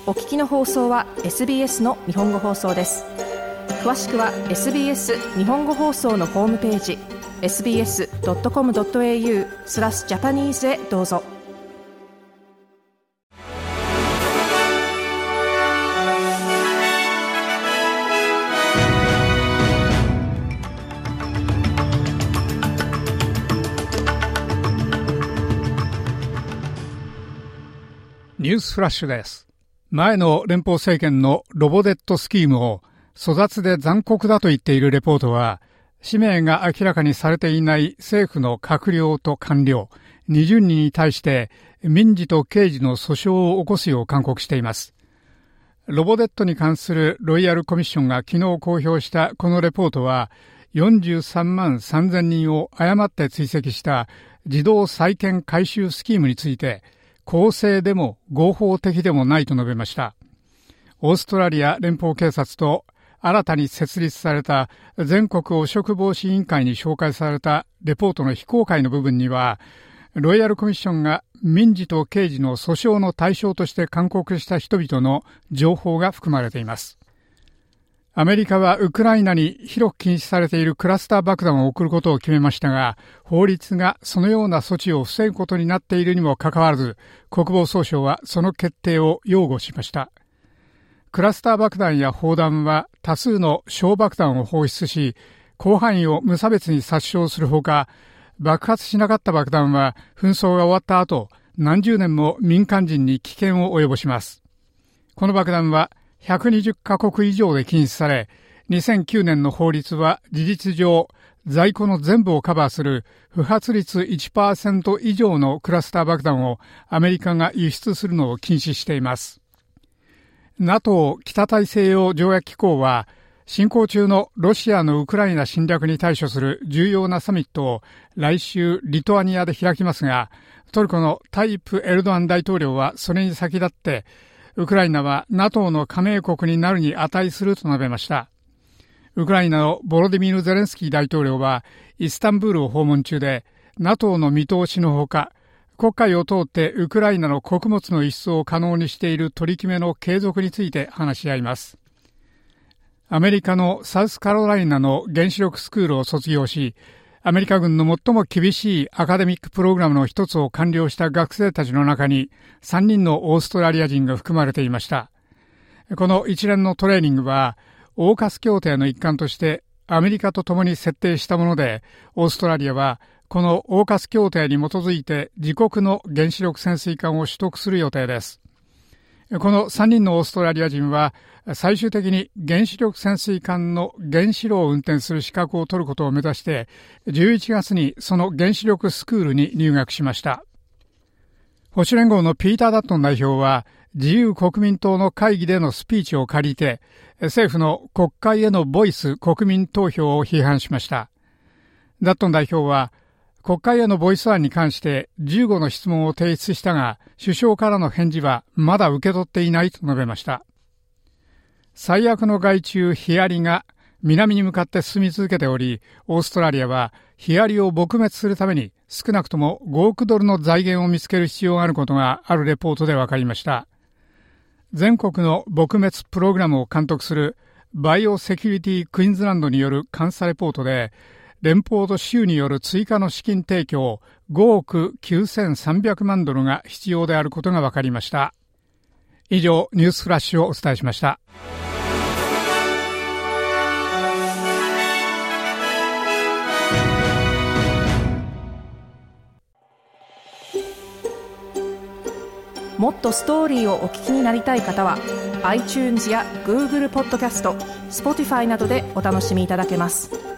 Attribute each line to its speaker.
Speaker 1: お聞きの放送は SBS の日本語放送です。詳しくは SBS 日本語放送のホームページ sbs.com.au/Japanese へどうぞ。
Speaker 2: ニュースフラッシュです。前の連邦政権のロボデットスキームを粗雑で残酷だと言っているレポートは、氏名が明らかにされていない政府の閣僚と官僚20人に対して民事と刑事の訴訟を起こすよう勧告しています。ロボデットに関するロイヤルコミッションが昨日公表したこのレポートは、43万3000人を誤って追跡した自動債権回収スキームについて、公正でも合法的でもないと述べました。オーストラリア連邦警察と新たに設立された全国汚職防止委員会に紹介されたレポートの非公開の部分には、ロイヤルコミッションが民事と刑事の訴訟の対象として勧告した人々の情報が含まれています。アメリカはウクライナに広く禁止されているクラスター爆弾を送ることを決めましたが、法律がそのような措置を防ぐことになっているにもかかわらず、国防総省はその決定を擁護しました。クラスター爆弾や砲弾は多数の小爆弾を放出し、広範囲を無差別に殺傷するほか、爆発しなかった爆弾は紛争が終わった後、何十年も民間人に危険を及ぼします。この爆弾は120カ国以上で禁止され、2009年の法律は事実上在庫の全部をカバーする不発率 1% 以上のクラスター爆弾をアメリカが輸出するのを禁止しています。NATO 北大西洋条約機構は、進行中のロシアのウクライナ侵略に対処する重要なサミットを来週リトアニアで開きますが、トルコのタイプ・エルドアン大統領はそれに先立って、ウクライナは NATO の加盟国になるに値すると述べました。ウクライナのボロディミル・ゼレンスキー大統領はイスタンブールを訪問中で、 NATO の見通しのほか、黒海を通ってウクライナの穀物の輸出を可能にしている取り決めの継続について話し合います。アメリカのサウスカロライナの原子力スクールを卒業し、アメリカ軍の最も厳しいアカデミックプログラムの一つを完了した学生たちの中に3人のオーストラリア人が含まれていました。この一連のトレーニングはオーカス協定の一環としてアメリカと共に設定したもので、オーストラリアはこのオーカス協定に基づいて自国の原子力潜水艦を取得する予定です。この3人のオーストラリア人は最終的に原子力潜水艦の原子炉を運転する資格を取ることを目指して11月にその原子力スクールに入学しました。保守連合のピーター・ダットン代表は自由国民党の会議でのスピーチを借りて政府の国会へのボイス国民投票を批判しました。ダットン代表は国会へのボイス案に関して15の質問を提出したが、首相からの返事はまだ受け取っていないと述べました。最悪の害虫ヒアリが南に向かって進み続けており、オーストラリアはヒアリを撲滅するために少なくとも5億ドルの財源を見つける必要があることがあるレポートで分かりました。全国の撲滅プログラムを監督するバイオセキュリティクイーンズランドによる監査レポートで、連邦と州による追加の資金提供5億9300万ドルが必要であることが分かりました。以上、ニュースフラッシュをお伝えしました。
Speaker 1: もっとストーリーをお聞きになりたい方は iTunes や Google ポッドキャスト、Spotify などでお楽しみいただけます。